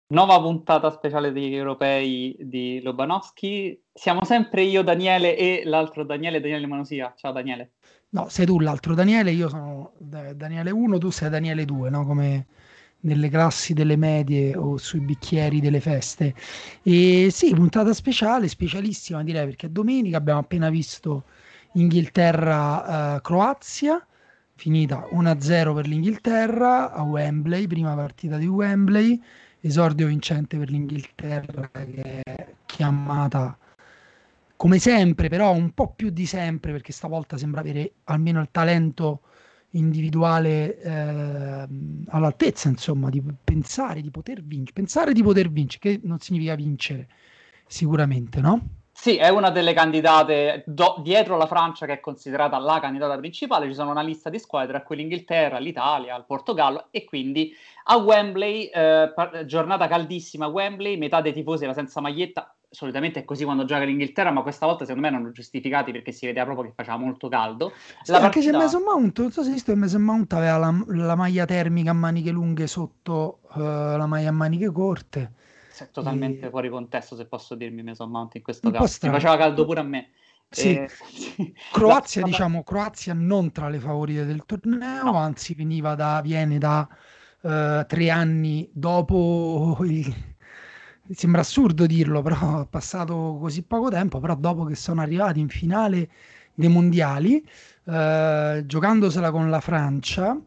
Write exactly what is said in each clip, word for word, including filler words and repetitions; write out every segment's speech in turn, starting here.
Nuova puntata speciale degli europei di Lobanowski. Siamo sempre io, Daniele e l'altro Daniele, Daniele Manosia. Ciao Daniele. No, sei tu l'altro Daniele, io sono Da- Daniele uno, tu sei Daniele due, no? Come nelle classi delle medie o sui bicchieri delle feste. E sì, puntata speciale, specialissima direi, perché domenica abbiamo appena visto Inghilterra-Croazia, finita uno a zero per l'Inghilterra a Wembley, prima partita di Wembley, esordio vincente per l'Inghilterra che è chiamata come sempre, però un po' più di sempre, perché stavolta sembra avere almeno il talento individuale ehm, all'altezza, insomma, di pensare di poter vincere, pensare di poter vincere, che non significa vincere, sicuramente, no? Sì, è una delle candidate do- dietro la Francia, che è considerata la candidata principale. Ci sono una lista di squadre, a cui l'Inghilterra, l'Italia, il Portogallo, e quindi a Wembley, eh, par- giornata caldissima a Wembley, metà dei tifosi era senza maglietta. Solitamente è così quando gioca l'Inghilterra, ma questa volta secondo me non erano giustificati, perché si vedeva proprio che faceva molto caldo. Sì, La anche se partita Mason Mount, non so se hai visto che Mason Mount aveva la, la maglia termica a maniche lunghe sotto eh, la maglia a maniche corte. è totalmente E fuori contesto, se posso dirmi, Mason Mount in questo un po' caso. Mi strano. faceva caldo Co- pure a me. Sì, E, sì, la, Croazia, la par- diciamo, Croazia non tra le favorite del torneo, no. anzi veniva da, viene da eh, tre anni dopo il... Sembra assurdo dirlo, però è passato così poco tempo, però dopo che sono arrivati in finale dei mondiali, eh, giocandosela con la Francia,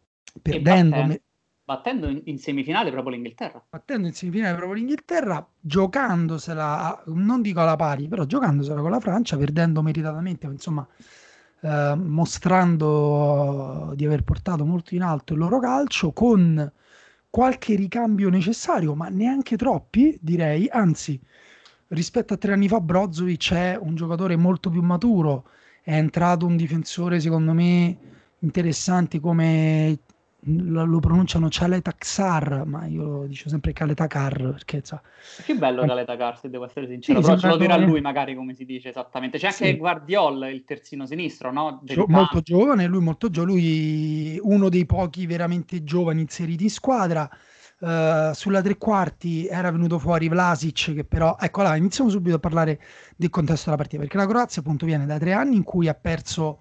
E perdendo, batten- me- battendo in, in semifinale proprio l'Inghilterra. battendo in semifinale proprio l'Inghilterra, giocandosela, non dico alla pari, però giocandosela con la Francia, perdendo meritatamente, insomma, eh, mostrando di aver portato molto in alto il loro calcio, con qualche ricambio necessario, ma neanche troppi, direi, anzi, rispetto a tre anni fa Brozovic è un giocatore molto più maturo, è entrato un difensore, secondo me, interessante come lo, lo pronunciano Caletaxar, ma io dico sempre Caletacar perché sa, È più bello Caleta Car, se devo essere sincero, sì, però ce sembra lo dirà lui che magari come si dice esattamente. C'è anche sì, Guardiol, il terzino sinistro, no? gio- molto Dell'U. giovane, lui molto giovane, lui uno dei pochi veramente giovani inseriti in squadra. Eh, sulla tre quarti era venuto fuori Vlasic, che però, ecco là, iniziamo subito a parlare del contesto della partita, perché la Croazia appunto viene da tre anni in cui ha perso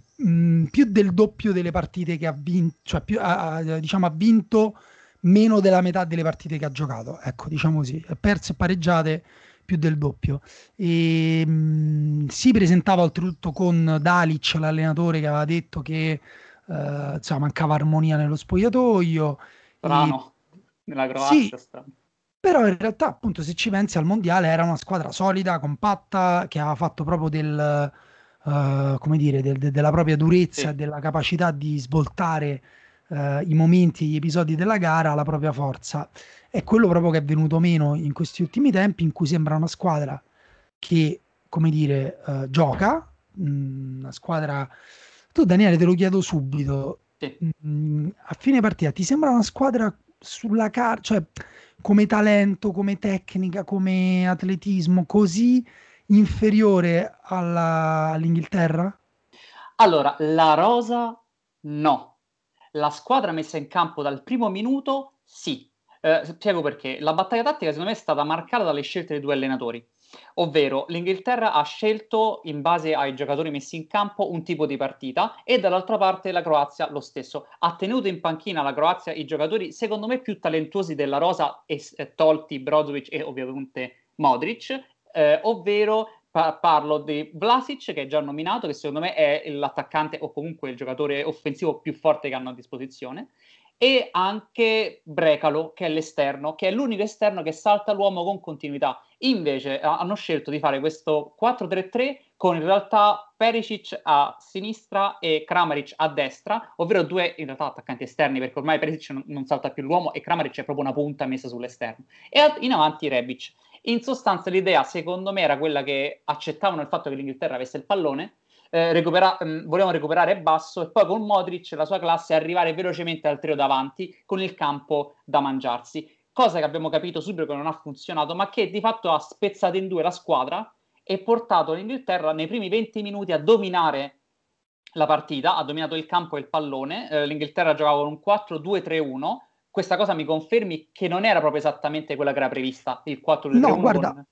mh, più del doppio delle partite che ha vinto, cioè più, ha, ha- diciamo, ha vinto meno della metà delle partite che ha giocato, ecco, diciamo così, ha perso e pareggiate più del doppio. E, mh, si presentava oltretutto con Dalic, l'allenatore che aveva detto che eh, insomma, mancava armonia nello spogliatoio. E, Strano, nella sì, Croazia, strano. però in realtà, appunto, se ci pensi al mondiale era una squadra solida, compatta, che aveva fatto proprio del, eh, come dire, del- de- della propria durezza e Sì. della capacità di svoltare eh, i momenti, gli episodi della gara alla propria forza. È quello proprio che è venuto meno in questi ultimi tempi, in cui sembra una squadra che, come dire, eh, gioca, mh, una squadra... Tu, Daniele, te lo chiedo subito. Sì. mh, a fine partita, ti sembra una squadra sulla carta, cioè come talento, come tecnica, come atletismo, così inferiore alla- all'Inghilterra? Allora, la rosa no. La squadra messa in campo dal primo minuto sì. Eh, spiego perché. La battaglia tattica secondo me è stata marcata dalle scelte dei due allenatori. Ovvero, l'Inghilterra ha scelto, in base ai giocatori messi in campo, un tipo di partita, e dall'altra parte la Croazia lo stesso. Ha tenuto in panchina la Croazia i giocatori, secondo me, più talentuosi della rosa, e, e tolti Brozovic e ovviamente Modric, eh, ovvero pa- parlo di Vlasic, che è già nominato, che secondo me è l'attaccante o comunque il giocatore offensivo più forte che hanno a disposizione, e anche Brecalo, che è l'esterno, che è l'unico esterno che salta l'uomo con continuità. Invece eh, hanno scelto di fare questo quattro tre tre con in realtà Perisic a sinistra e Kramaric a destra, ovvero due in realtà attaccanti esterni, perché ormai Perisic non, non salta più l'uomo e Kramaric è proprio una punta messa sull'esterno. E in avanti Rebic. In sostanza l'idea, secondo me, era quella che accettavano il fatto che l'Inghilterra avesse il pallone, eh, recupera- mh, volevano recuperare basso e poi con Modric la sua classe arrivare velocemente al trio davanti con il campo da mangiarsi. Cosa che abbiamo capito subito che non ha funzionato, ma che di fatto ha spezzato in due la squadra e portato l'Inghilterra nei primi venti minuti a dominare la partita, ha dominato il campo e il pallone. Eh, L'Inghilterra giocava con un quattro due tre uno, questa cosa mi confermi che non era proprio esattamente quella che era prevista, il quattro due tre uno? No, guarda, con...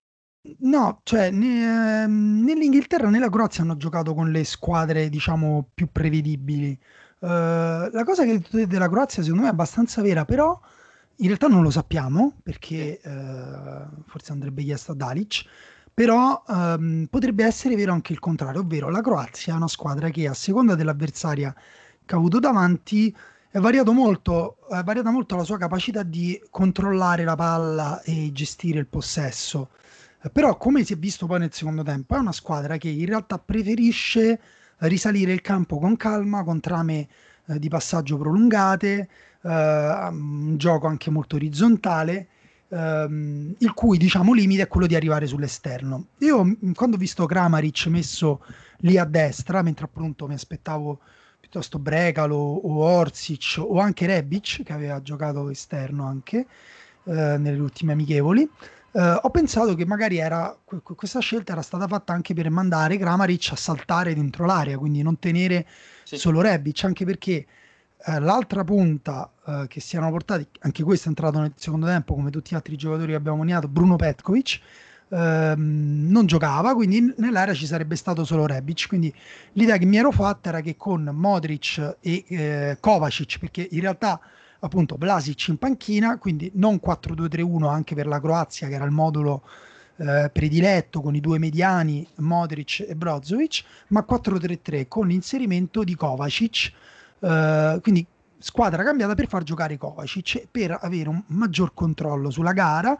no, cioè ne- ehm, nell'Inghilterra e nella Croazia hanno giocato con le squadre, diciamo, più prevedibili. Eh, la cosa che hai detto te della Croazia, secondo me, è abbastanza vera, però in realtà non lo sappiamo, Sì, perché eh, forse andrebbe chiesto a Dalic, però ehm, potrebbe essere vero anche il contrario, ovvero la Croazia è una squadra che a seconda dell'avversaria che ha avuto davanti è variato molto, è variata molto la sua capacità di controllare la palla e gestire il possesso. Eh, Però, come si è visto poi nel secondo tempo, è una squadra che in realtà preferisce risalire il campo con calma, con trame eh, di passaggio prolungate, eh, un gioco anche molto orizzontale, ehm, il cui diciamo limite è quello di arrivare sull'esterno. Io mh, quando ho visto Kramaric messo lì a destra, mentre appunto mi aspettavo piuttosto Brekalo o Orsic o anche Rebic, che aveva giocato esterno anche eh, nelle ultime amichevoli, eh, ho pensato che magari era, questa scelta era stata fatta anche per mandare Kramaric a saltare dentro l'area, quindi non tenere sì. solo Rebic, anche perché eh, l'altra punta eh, che si erano portati, anche questo è entrato nel secondo tempo come tutti gli altri giocatori che abbiamo nominato, Bruno Petkovic, ehm, non giocava, quindi nell'area ci sarebbe stato solo Rebic, quindi l'idea che mi ero fatta era che con Modric e eh, Kovacic, perché in realtà appunto Vlasic in panchina, quindi non quattro due tre uno anche per la Croazia che era il modulo eh, prediletto con i due mediani Modric e Brozovic, ma quattro tre tre con l'inserimento di Kovacic, eh, quindi squadra cambiata per far giocare Kovacic per avere un maggior controllo sulla gara,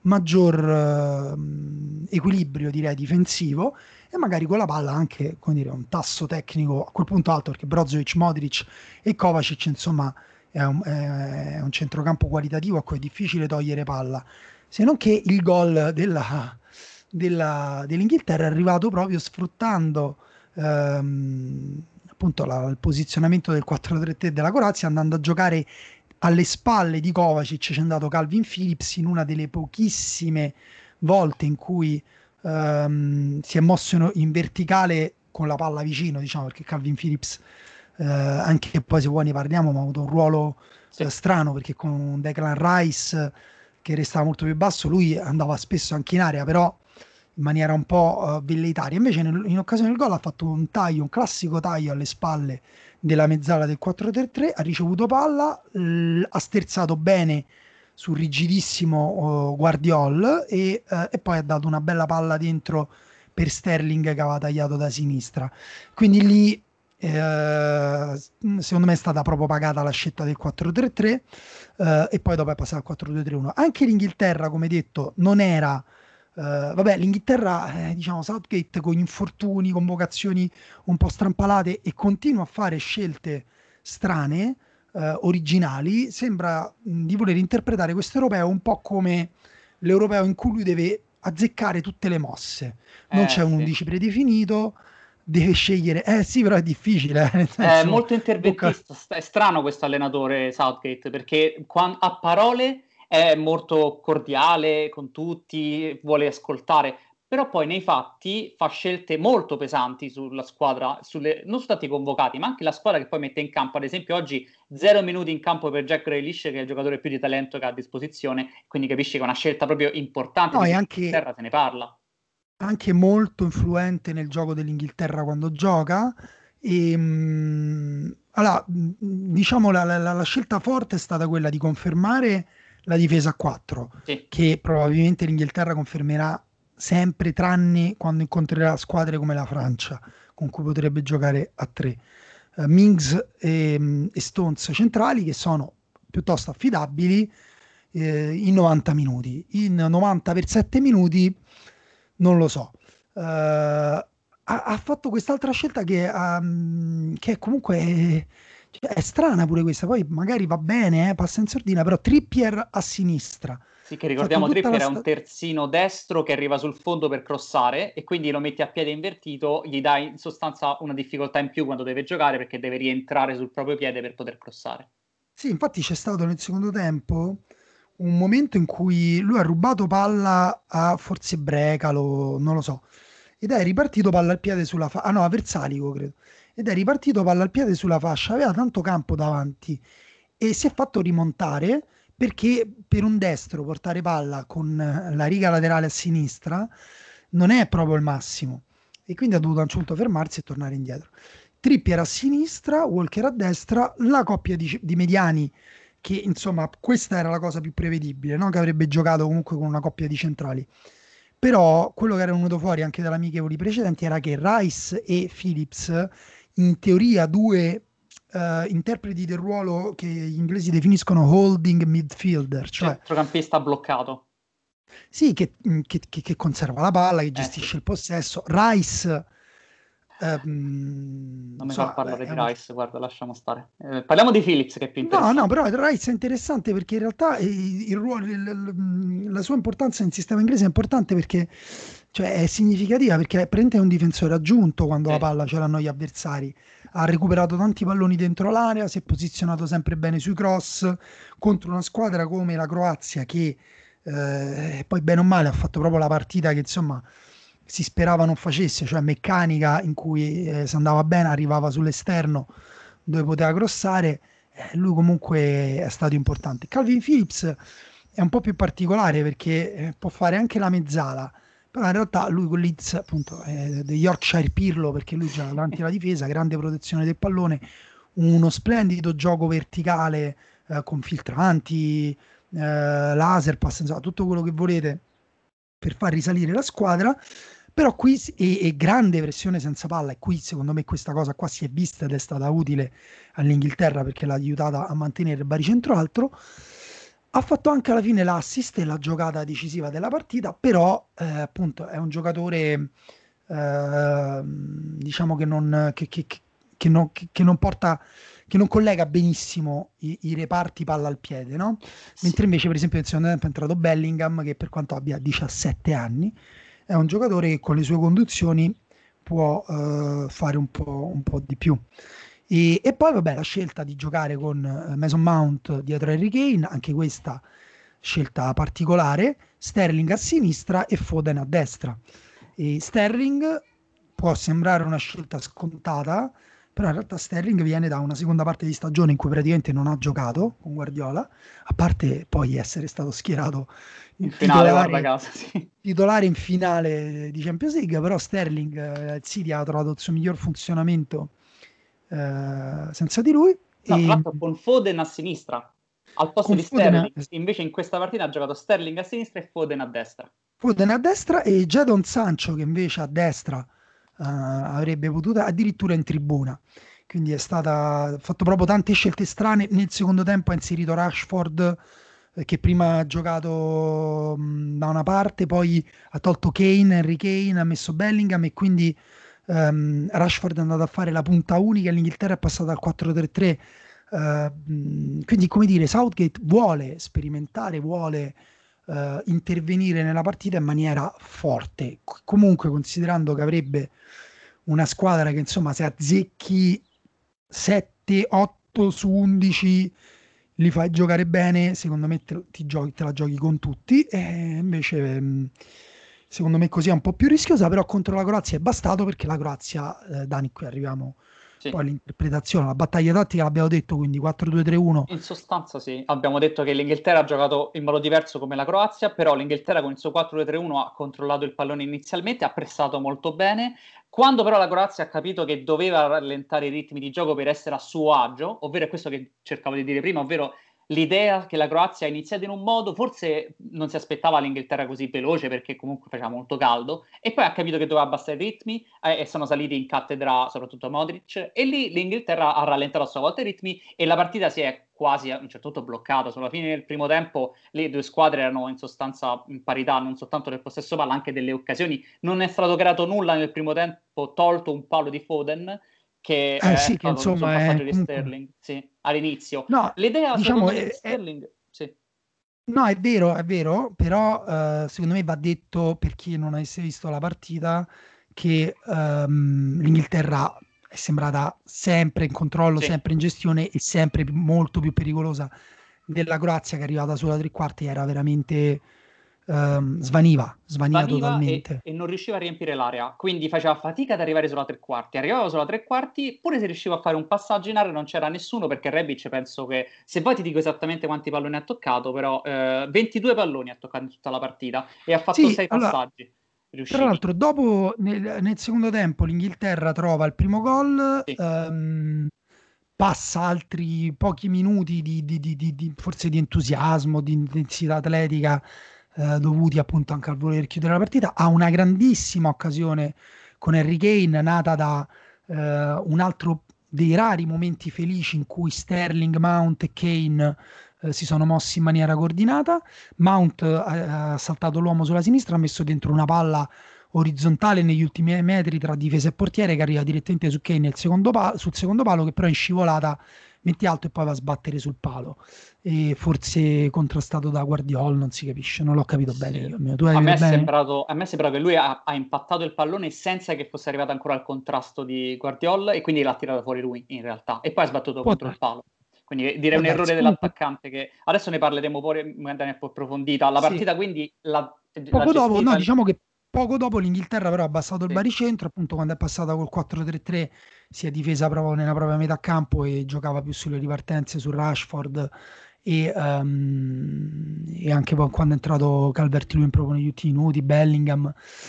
maggior eh, equilibrio direi difensivo e magari con la palla anche come dire, un tasso tecnico a quel punto alto perché Brozovic, Modric e Kovacic insomma è un, è un centrocampo qualitativo a cui è difficile togliere palla, se non che il gol della, della, dell'Inghilterra è arrivato proprio sfruttando ehm, appunto la- il posizionamento del quattro tre tre della Croazia andando a giocare alle spalle di Kovacic, c'è andato Calvin Phillips in una delle pochissime volte in cui ehm, si è mosso in, in verticale con la palla vicino, diciamo, perché Calvin Phillips, eh, anche poi se vuoi ne parliamo, ma ha avuto un ruolo eh, Sì. strano perché con Declan Rice che restava molto più basso, lui andava spesso anche in area, però in maniera un po' eh, velleitaria. Invece nel- in occasione del gol ha fatto un taglio, un classico taglio alle spalle della mezzala del quattro tre tre, ha ricevuto palla, l- ha sterzato bene sul rigidissimo uh, Guardiol e, uh, e poi ha dato una bella palla dentro per Sterling che aveva tagliato da sinistra. Quindi lì eh, secondo me è stata proprio pagata la scelta del quattro tre tre eh, e poi dopo è passato al quattro due tre uno. Anche l'Inghilterra, come detto, non era eh, vabbè, l'Inghilterra, eh, diciamo, Southgate con infortuni, convocazioni un po' strampalate e continua a fare scelte strane, eh, originali, sembra mh, di voler interpretare questo europeo un po' come l'europeo in cui lui deve azzeccare tutte le mosse. Non Eh c'è un sì. undici predefinito, deve scegliere. Eh sì, però è difficile, eh, nel È senso, molto bocca. interventista, st- è strano questo allenatore Southgate perché quan- a parole è molto cordiale con tutti, vuole ascoltare, però poi nei fatti fa scelte molto pesanti sulla squadra, sulle- non soltanto i convocati, ma anche la squadra che poi mette in campo. Ad esempio oggi zero minuti in campo per Jack Grealish, che è il giocatore più di talento che ha a disposizione, quindi capisci che è una scelta proprio importante No, di è cui in anche Inghilterra se ne parla. anche molto influente nel gioco dell'Inghilterra quando gioca. E, mh, allora, mh, diciamo la, la- la scelta forte è stata quella di confermare la difesa a quattro, Sì, che probabilmente l'Inghilterra confermerà sempre, tranne quando incontrerà squadre come la Francia, con cui potrebbe giocare a tre. Eh, Mings e, mh, e Stones centrali che sono piuttosto affidabili eh, in novanta minuti. In novanta per sette minuti non lo so. Eh, ha, ha fatto quest'altra scelta che, um, che comunque è, cioè, è strana pure questa, poi magari va bene, eh, passa in sordina, però Trippier a sinistra. Ha sì, che fatto ricordiamo tutta la Trippier è un sta- terzino destro che arriva sul fondo per crossare e quindi lo metti a piede invertito, gli dai in sostanza una difficoltà in più quando deve giocare perché deve rientrare sul proprio piede per poter crossare. Sì, infatti c'è stato nel secondo tempo un momento in cui lui ha rubato palla a forse Brecalo, non lo so, ed è ripartito palla al piede sulla fascia, ah no, a Versalico credo, ed è ripartito palla al piede sulla fascia, aveva tanto campo davanti e si è fatto rimontare perché per un destro portare palla con la riga laterale a sinistra non è proprio il massimo, e quindi ha dovuto a un certo punto fermarsi e tornare indietro. Trippier a sinistra, Walker a destra, la coppia di, di mediani che insomma questa era la cosa più prevedibile, no? Che avrebbe giocato comunque con una coppia di centrali. Però quello che era venuto fuori anche dalle amichevoli precedenti era che Rice e Phillips, in teoria due uh, interpreti del ruolo che gli inglesi definiscono holding midfielder, cioè centrocampista bloccato. Sì, che, che, che conserva la palla, che gestisce eh, sì. il possesso. Rice ehm, non mi so, fa parlare di Rice, un... guarda, lasciamo stare. Eh, parliamo di Phillips, che è più interessante. No, no, però Rice è interessante perché in realtà il, il ruolo, il, il, la sua importanza in sistema inglese è importante perché, cioè, è significativa, perché è praticamente un difensore aggiunto quando sì. la palla ce l'hanno gli avversari. Ha recuperato tanti palloni dentro l'area, si è posizionato sempre bene sui cross contro una squadra come la Croazia che eh, poi bene o male ha fatto proprio la partita che insomma si sperava non facesse, cioè meccanica, in cui eh, se andava bene arrivava sull'esterno dove poteva crossare. Eh, lui comunque è stato importante. Calvin Phillips è un po' più particolare perché eh, può fare anche la mezzala, però in realtà lui con Leeds appunto è del Yorkshire Pirlo, perché lui gioca davanti alla difesa, grande protezione del pallone, uno splendido gioco verticale eh, con filtranti, eh, laser pass, insomma tutto quello che volete per far risalire la squadra. Però qui è, è grande pressione senza palla, e qui secondo me questa cosa qua si è vista ed è stata utile all'Inghilterra perché l'ha aiutata a mantenere il baricentro alto. Ha fatto anche alla fine l'assist e la giocata decisiva della partita, però eh, appunto è un giocatore eh, diciamo che non, che, che, che, non, che non porta, che non collega benissimo i, i reparti palla al piede, no? Mentre invece per esempio nel secondo tempo è entrato Bellingham, che per quanto abbia diciassette anni è un giocatore che con le sue conduzioni può uh, fare un po', un po' di più. E, e poi vabbè la scelta di giocare con Mason Mount dietro Harry Kane, anche questa scelta particolare, Sterling a sinistra e Foden a destra. E Sterling può sembrare una scelta scontata, però in realtà Sterling viene da una seconda parte di stagione in cui praticamente non ha giocato con Guardiola, a parte poi essere stato schierato in finale, titolare, guarda caso, sì. titolare in finale di Champions League. Però Sterling, eh, il City ha trovato il suo miglior funzionamento eh, senza di lui. No, e... tra l'altro con Foden a sinistra al posto con di Foden Sterling, invece in questa partita ha giocato Sterling a sinistra e Foden a destra. Foden a destra e Jadon Sancho che invece a destra uh, avrebbe potuto, addirittura in tribuna. Quindi è stata fatto proprio tante scelte strane. Nel secondo tempo ha inserito Rashford eh, che prima ha giocato mh, da una parte, poi ha tolto Kane, Harry Kane, ha messo Bellingham, e quindi um, Rashford è andato a fare la punta unica e l'Inghilterra è passata al quattro tre tre. Uh, quindi come dire, Southgate vuole sperimentare, vuole Uh, intervenire nella partita in maniera forte. C- comunque considerando che avrebbe una squadra che insomma se azzecchi sette otto su undici li fai giocare bene, secondo me te, ti giochi, te la giochi con tutti, e invece mh, secondo me così è un po' più rischiosa. Però contro la Croazia è bastato, perché la Croazia, eh, Dani, qui arriviamo sì. poi all'interpretazione, la battaglia tattica l'abbiamo detto, quindi quattro due tre uno. In sostanza sì, abbiamo detto che l'Inghilterra ha giocato in modo diverso come la Croazia, però l'Inghilterra con il suo quattro due tre uno ha controllato il pallone inizialmente, ha pressato molto bene. Quando però la Croazia ha capito che doveva rallentare i ritmi di gioco per essere a suo agio, ovvero è questo che cercavo di dire prima, ovvero l'idea che la Croazia ha iniziato in un modo, forse non si aspettava l'Inghilterra così veloce perché comunque faceva molto caldo, e poi ha capito che doveva abbassare i ritmi eh, e sono saliti in cattedra soprattutto Modric, e lì l'Inghilterra ha rallentato a sua volta i ritmi e la partita si è quasi a un certo punto bloccata. Sulla fine del primo tempo le due squadre erano in sostanza in parità, non soltanto del possesso palla, anche delle occasioni. Non è stato creato nulla nel primo tempo, tolto un palo di Foden che eh, è sì, stato che insomma sul passaggio è di comunque... Sterling, sì, all'inizio. No, L'idea diciamo secondo me è, di Sterling, sì. No, è vero, è vero, però eh, secondo me va detto, per chi non avesse visto la partita, che ehm, l'Inghilterra è sembrata sempre in controllo, Sì. sempre in gestione e sempre più- molto più pericolosa della Croazia, che è arrivata sulla tre quarti, era veramente ehm, svaniva, svaniva Vaniva e, totalmente. e non riusciva a riempire l'area, quindi faceva fatica ad arrivare sulla tre quarti. Arrivava sulla tre quarti, pure se riusciva a fare un passaggio in area non c'era nessuno, perché Rebic penso che, se poi ti dico esattamente quanti palloni ha toccato, però eh, ventidue palloni ha toccato in tutta la partita e ha fatto Sì, sei allora, passaggi tra riusciti. l'altro, dopo nel, nel secondo tempo l'Inghilterra trova il primo gol, Sì, ehm, passa altri pochi minuti di, di- di- di- di- forse di entusiasmo, di intensità atletica, eh, dovuti appunto anche al voler chiudere la partita. Ha una grandissima occasione con Harry Kane, nata da eh, un altro dei rari momenti felici in cui Sterling, Mount e Kane eh, si sono mossi in maniera coordinata. Mount eh, ha saltato l'uomo sulla sinistra, ha messo dentro una palla orizzontale negli ultimi metri tra difesa e portiere che arriva direttamente su Kane nel secondo pa- sul secondo palo, che però è in scivolata metti alto e poi va a sbattere sul palo. E forse contrastato da Guardiol, non si capisce, non l'ho capito bene sì. io. almeno. Tu hai A me capito è bene? sembrato, a me è sembrato che lui ha, ha impattato il pallone senza che fosse arrivato ancora al contrasto di Guardiola e quindi l'ha tirato fuori lui in realtà e poi ha sbattuto Può contro il darsi, palo. Quindi direi può un errore darsi. Comunque, dell'attaccante che adesso ne parleremo pure in maniera un po' approfondita. La sì. partita quindi l'ha l'ha Poco dopo, no, gestita il... diciamo che poco dopo l'Inghilterra però ha abbassato il Sì. baricentro, appunto quando è passata col quattro tre tre si è difesa proprio nella propria metà campo e giocava più sulle ripartenze su Rashford e, ehm, e anche poi quando è entrato Calvert-Lewin proprio negli ultimi minuti, Bellingham.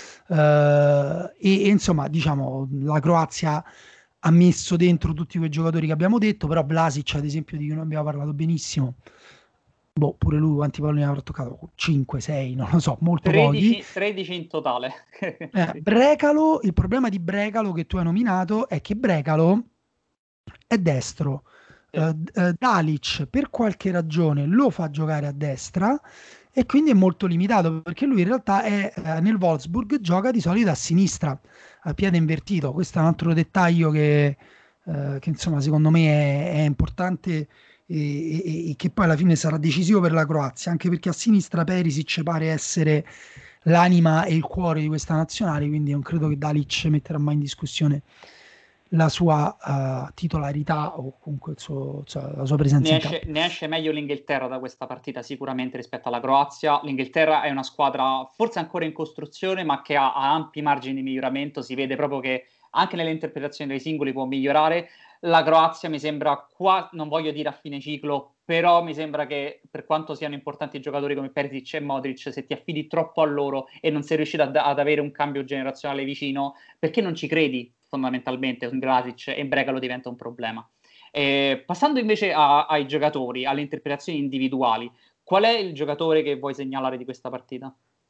Eh, e, e insomma, diciamo, la Croazia ha messo dentro tutti quei giocatori che abbiamo detto, però Vlasic, ad esempio, di cui non abbiamo parlato benissimo, boh, pure lui quanti palloni avrà toccato? cinque, sei, non lo so, molto pochi. tredici, tredici in totale. Eh, Sì. Brecalo, il problema di Brecalo che tu hai nominato è che Brecalo è destro. Sì. Eh, eh, Dalic per qualche ragione lo fa giocare a destra e quindi è molto limitato perché lui in realtà è, eh, nel Wolfsburg gioca di solito a sinistra, a piede invertito. Questo è un altro dettaglio che, eh, che, insomma secondo me è, è importante e, e- e che poi alla fine sarà decisivo per la Croazia, anche perché a sinistra Perisic pare essere l'anima e il cuore di questa nazionale, quindi non credo che Dalic metterà mai in discussione la sua uh, titolarità o comunque il suo, cioè, la sua presenza Ne in esce, campo. ne esce meglio l'Inghilterra da questa partita sicuramente rispetto alla Croazia. L'Inghilterra è una squadra forse ancora in costruzione, ma che ha, ha ampi margini di miglioramento. Si vede proprio che anche nelle interpretazioni dei singoli può migliorare. La Croazia mi sembra qua, non voglio dire a fine ciclo, però mi sembra che per quanto siano importanti giocatori come Perisic e Modric, se ti affidi troppo a loro e non sei riuscito ad, ad avere un cambio generazionale vicino, perché non ci credi fondamentalmente? Un Vlasic e Brecalo diventa un problema. Eh, passando invece a- ai giocatori, alle interpretazioni individuali, qual è il giocatore che vuoi segnalare di questa partita?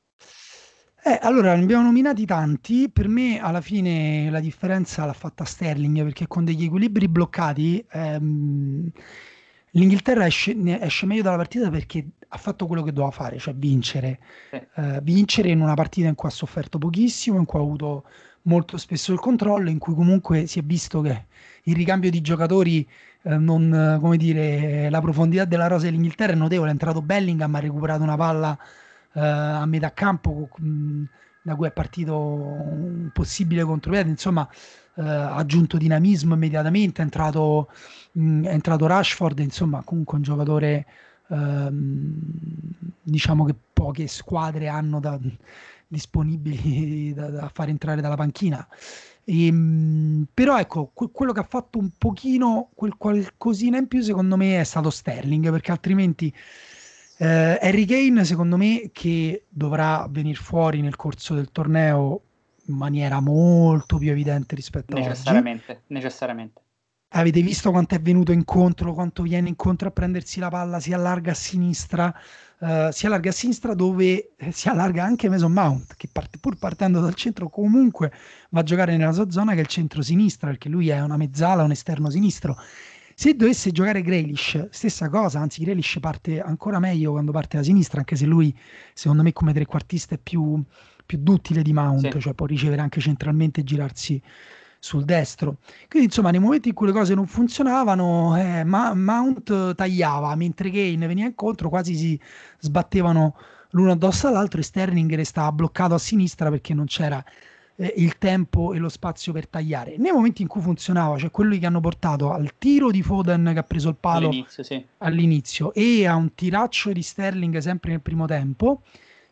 Eh, allora, ne abbiamo nominati tanti. Per me, alla fine, la differenza l'ha fatta Sterling perché con degli equilibri bloccati, ehm, l'Inghilterra esce, ne esce meglio dalla partita perché ha fatto quello che doveva fare, cioè vincere. Sì, Eh, vincere in una partita in cui ha sofferto pochissimo, in cui ha avuto molto spesso il controllo, in cui comunque si è visto che il ricambio di giocatori, eh, non, eh, come dire, la profondità della rosa dell'Inghilterra è notevole. È entrato Bellingham, ha recuperato una palla eh, a metà campo mh, da cui è partito un possibile contropiede, insomma, eh, ha aggiunto dinamismo immediatamente, è entrato, mh, è entrato Rashford, insomma, comunque un giocatore ehm, diciamo che poche squadre hanno da, disponibili da, da far entrare dalla panchina. E, mh, però ecco, que- quello che ha fatto un pochino, quel qualcosina in più, secondo me, è stato Sterling, perché altrimenti eh, Harry Kane, secondo me, che dovrà venire fuori nel corso del torneo in maniera molto più evidente rispetto a oggi. necessariamente, necessariamente. Avete visto quanto è venuto incontro, quanto viene incontro a prendersi la palla, si allarga a sinistra, eh, si allarga a sinistra dove eh, si allarga anche Mason Mount, che parte, pur partendo dal centro comunque va a giocare nella sua zona che è il centro-sinistra, perché lui è una mezzala, un esterno sinistro. Se dovesse giocare Grealish, stessa cosa, anzi Grealish parte ancora meglio quando parte da sinistra, anche se lui, secondo me, come trequartista è più, più duttile di Mount, Sì. cioè può ricevere anche centralmente e girarsi sul destro. Quindi, insomma, nei momenti in cui le cose non funzionavano, eh, Ma- Mount tagliava, mentre Kane veniva incontro, quasi si sbattevano l'uno addosso all'altro e Sterling restava bloccato a sinistra perché non c'era eh, il tempo e lo spazio per tagliare. Nei momenti in cui funzionava, cioè quelli che hanno portato al tiro di Foden che ha preso il palo All'inizio, sì. all'inizio e a un tiraccio di Sterling sempre nel primo tempo,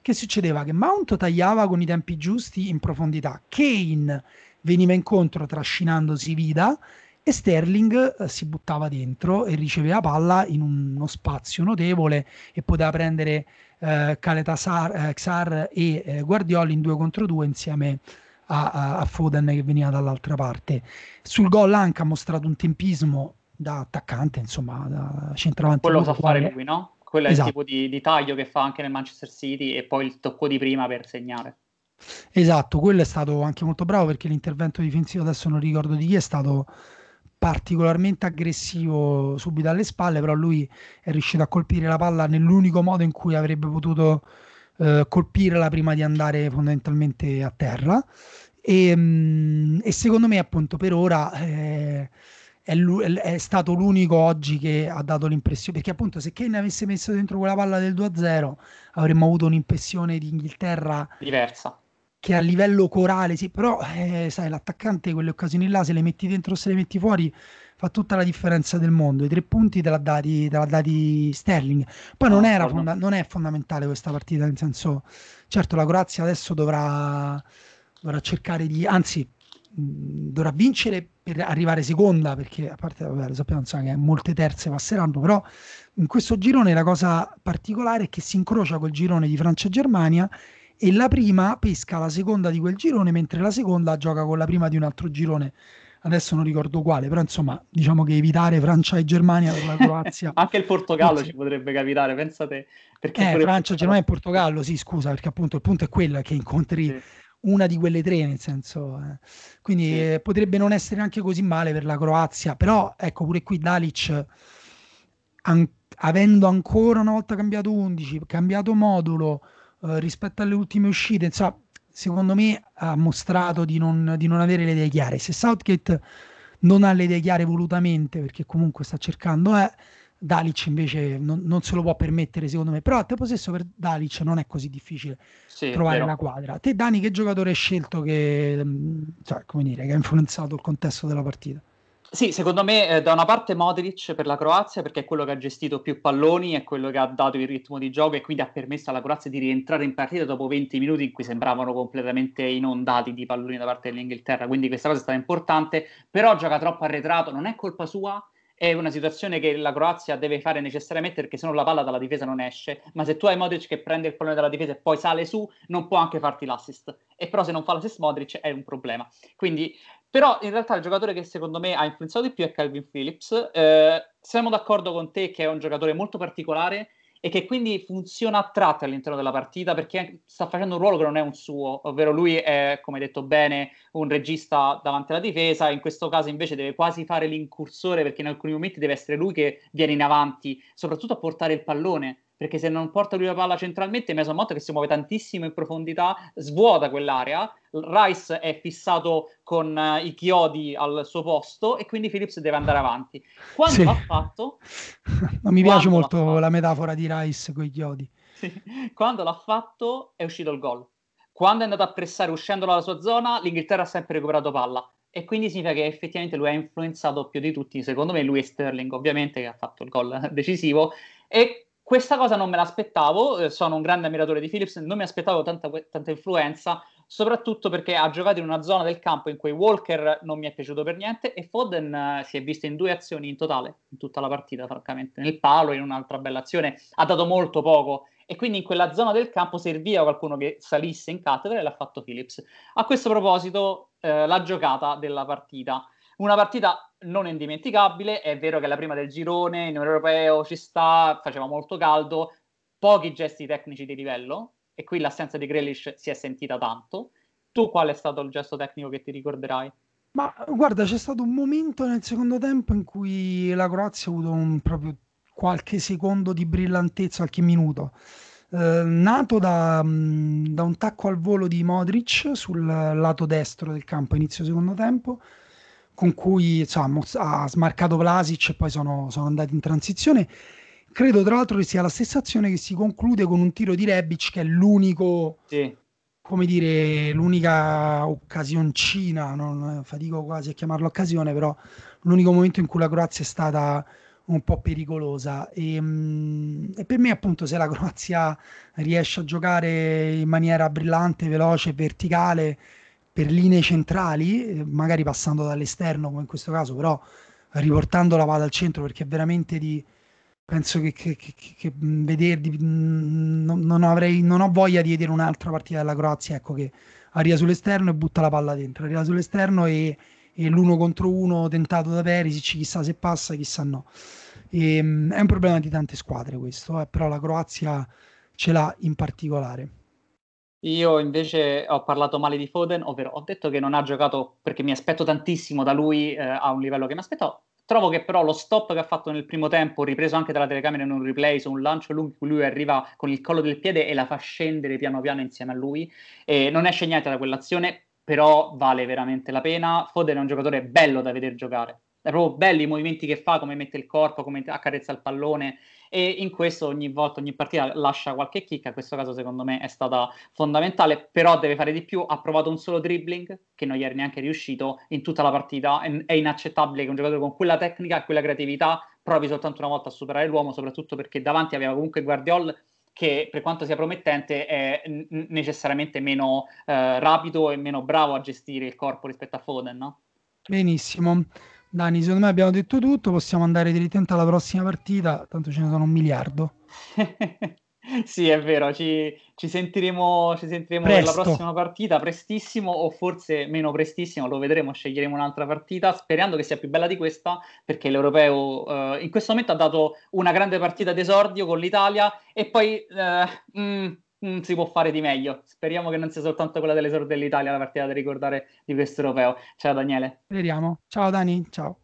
che succedeva? Che Mount tagliava con i tempi giusti in profondità, Kane veniva incontro trascinandosi Vida e Sterling eh, si buttava dentro e riceveva palla in uno spazio notevole e poteva prendere eh, Caleta-Car eh, Xar e eh, Guardiola in due contro due insieme a, a, a Foden che veniva dall'altra parte. Sul gol anche ha mostrato un tempismo da attaccante, insomma, da centravanti Quello sa puro fare quale. lui, no? Quello è il Esatto. tipo di, di taglio che fa anche nel Manchester City e poi il tocco di prima per segnare. Esatto, quello è stato anche molto bravo perché l'intervento difensivo, adesso non ricordo di chi, è stato particolarmente aggressivo subito alle spalle, però lui è riuscito a colpire la palla nell'unico modo in cui avrebbe potuto eh, colpirla prima di andare fondamentalmente a terra. E, mh, e secondo me, appunto, per ora eh, è, lu- è stato l'unico oggi che ha dato l'impressione, perché appunto se Kane avesse messo dentro quella palla del due a zero avremmo avuto un'impressione di Inghilterra Diversa. che a livello corale, sì, però eh, sai, l'attaccante quelle occasioni là, se le metti dentro o se le metti fuori, fa tutta la differenza del mondo. I tre punti te l'ha dati, te l'ha dati Sterling. Poi Sono non, era d'accordo. fonda- non è fondamentale questa partita, nel senso, certo la Croazia adesso dovrà, dovrà cercare di, anzi, mh, dovrà vincere per arrivare seconda, perché a parte, vabbè, lo sappiamo insomma, che molte terze passeranno, però in questo girone la cosa particolare è che si incrocia col girone di Francia e Germania e la prima pesca la seconda di quel girone, mentre la seconda gioca con la prima di un altro girone. Adesso non ricordo quale, però insomma, diciamo che evitare Francia e Germania per la Croazia, Anche il Portogallo ci forse. potrebbe capitare, pensate, perché Eh, pure il Francia, Germania Portogallo... e Portogallo, sì, scusa, perché appunto il punto è quello, è che incontri Sì, una di quelle tre, nel senso, eh. Quindi sì. eh, potrebbe non essere neanche così male per la Croazia, però ecco pure qui Dalic, an- avendo ancora una volta cambiato undici, cambiato modulo eh, rispetto alle ultime uscite, insomma, secondo me ha mostrato di non, di non avere le idee chiare. Se Southgate non ha le idee chiare volutamente, perché comunque sta cercando, eh, Dalic invece non, non se lo può permettere, secondo me. Però a te possesso per Dalic non è così difficile Sì, è trovare la vero. quadra. Te, Dani, che giocatore hai scelto che, mh, cioè, come dire, che ha influenzato il contesto della partita? Sì, secondo me eh, da una parte Modric per la Croazia perché è quello che ha gestito più palloni, è quello che ha dato il ritmo di gioco e quindi ha permesso alla Croazia di rientrare in partita dopo venti minuti in cui sembravano completamente inondati di palloni da parte dell'Inghilterra, quindi questa cosa è stata importante, però gioca troppo arretrato, non è colpa sua, è una situazione che la Croazia deve fare necessariamente perché sennò la palla dalla difesa non esce, ma se tu hai Modric che prende il pallone dalla difesa e poi sale su, non può anche farti l'assist, e però se non fa l'assist Modric è un problema. Quindi però in realtà il giocatore che secondo me ha influenzato di più è Calvin Phillips. Eh, siamo d'accordo con te che è un giocatore molto particolare e che quindi funziona a tratti all'interno della partita perché sta facendo un ruolo che non è un suo, ovvero lui è, come detto bene, un regista davanti alla difesa, in questo caso invece deve quasi fare l'incursore perché in alcuni momenti deve essere lui che viene in avanti, soprattutto a portare il pallone, perché se non porta lui la palla centralmente, Mason Mount che si muove tantissimo in profondità, svuota quell'area. Rice è fissato con uh, i chiodi al suo posto e quindi Phillips deve andare avanti. Quando Sì, l'ha fatto, non mi piace quando l'ha molto la fatto, metafora di Rice con i chiodi. sì, quando l'ha fatto è uscito il gol. Quando è andato a pressare uscendo dalla sua zona, l'Inghilterra ha sempre recuperato palla. E quindi significa che effettivamente lui ha influenzato più di tutti. Secondo me lui è Sterling, ovviamente, che ha fatto il gol decisivo. E questa cosa non me l'aspettavo. Eh, sono un grande ammiratore di Phillips, non mi aspettavo tanta, tanta influenza, soprattutto perché ha giocato in una zona del campo in cui Walker non mi è piaciuto per niente e Foden eh, si è visto in due azioni in totale, in tutta la partita, francamente. Nel palo, in un'altra bella azione, ha dato molto poco e quindi in quella zona del campo serviva qualcuno che salisse in cattedra e l'ha fatto Phillips. A questo proposito, eh, la giocata della partita. Una partita non indimenticabile, è vero che la prima del girone, in europeo ci sta, faceva molto caldo, pochi gesti tecnici di livello, e qui l'assenza di Grealish si è sentita tanto. Tu qual è stato il gesto tecnico che ti ricorderai? Ma guarda, c'è stato un momento nel secondo tempo in cui la Croazia ha avuto un, proprio qualche secondo di brillantezza, qualche minuto, eh, nato da, mh, da un tacco al volo di Modric sul lato destro del campo, inizio secondo tempo, con cui insomma, ha smarcato Vlasic e poi sono, sono andati in transizione. Credo tra l'altro che sia la stessa azione che si conclude con un tiro di Rebic, che è l'unico, Sì, come dire, l'unica occasioncina, non fatico quasi a chiamarla occasione, però l'unico momento in cui la Croazia è stata un po' pericolosa. E, mm, e per me, appunto, se la Croazia riesce a giocare in maniera brillante, veloce, verticale, per linee centrali, eh, magari passando dall'esterno come in questo caso, però riportando la palla al centro, perché è veramente di penso che, che, che, che, che vederli mh, non, non avrei, non ho voglia di vedere un'altra partita della Croazia, ecco, che arriva sull'esterno e butta la palla dentro, arriva sull'esterno e, e l'uno contro uno tentato da Perisic, chissà se passa, chissà no. E, mh, è un problema di tante squadre questo, eh, però la Croazia ce l'ha in particolare. Io invece ho parlato male di Foden, ovvero ho detto che non ha giocato perché mi aspetto tantissimo da lui, eh, a un livello che mi aspettavo. Trovo che però lo stop che ha fatto nel primo tempo, ripreso anche dalla telecamera in un replay su un lancio lungo in cui lui arriva con il collo del piede e la fa scendere piano piano insieme a lui, e non esce niente da quell'azione, però vale veramente la pena. Foden è un giocatore bello da vedere giocare. È proprio belli i movimenti che fa, come mette il corpo, come accarezza il pallone, e in questo ogni volta, ogni partita lascia qualche chicca. In questo caso secondo me è stata fondamentale, però deve fare di più. Ha provato un solo dribbling che non gli era neanche riuscito in tutta la partita. È, è inaccettabile che un giocatore con quella tecnica e quella creatività provi soltanto una volta a superare l'uomo, soprattutto perché davanti aveva comunque Guardiol, che per quanto sia promettente è n- necessariamente meno eh, rapido e meno bravo a gestire il corpo rispetto a Foden, no? Benissimo. Dani, secondo me abbiamo detto tutto, possiamo andare direttamente alla prossima partita, tanto ce ne sono un miliardo. Sì, è vero, ci, ci sentiremo, ci sentiremo per la Presto. prossima partita prestissimo, o forse meno prestissimo, lo vedremo, sceglieremo un'altra partita, sperando che sia più bella di questa, perché l'Europeo eh, in questo momento ha dato una grande partita d'esordio con l'Italia e poi eh, mm, mm, si può fare di meglio. Speriamo che non sia soltanto quella dell'esordio dell'Italia la partita da ricordare di questo Europeo. Ciao Daniele. Vediamo. Ciao Dani, ciao.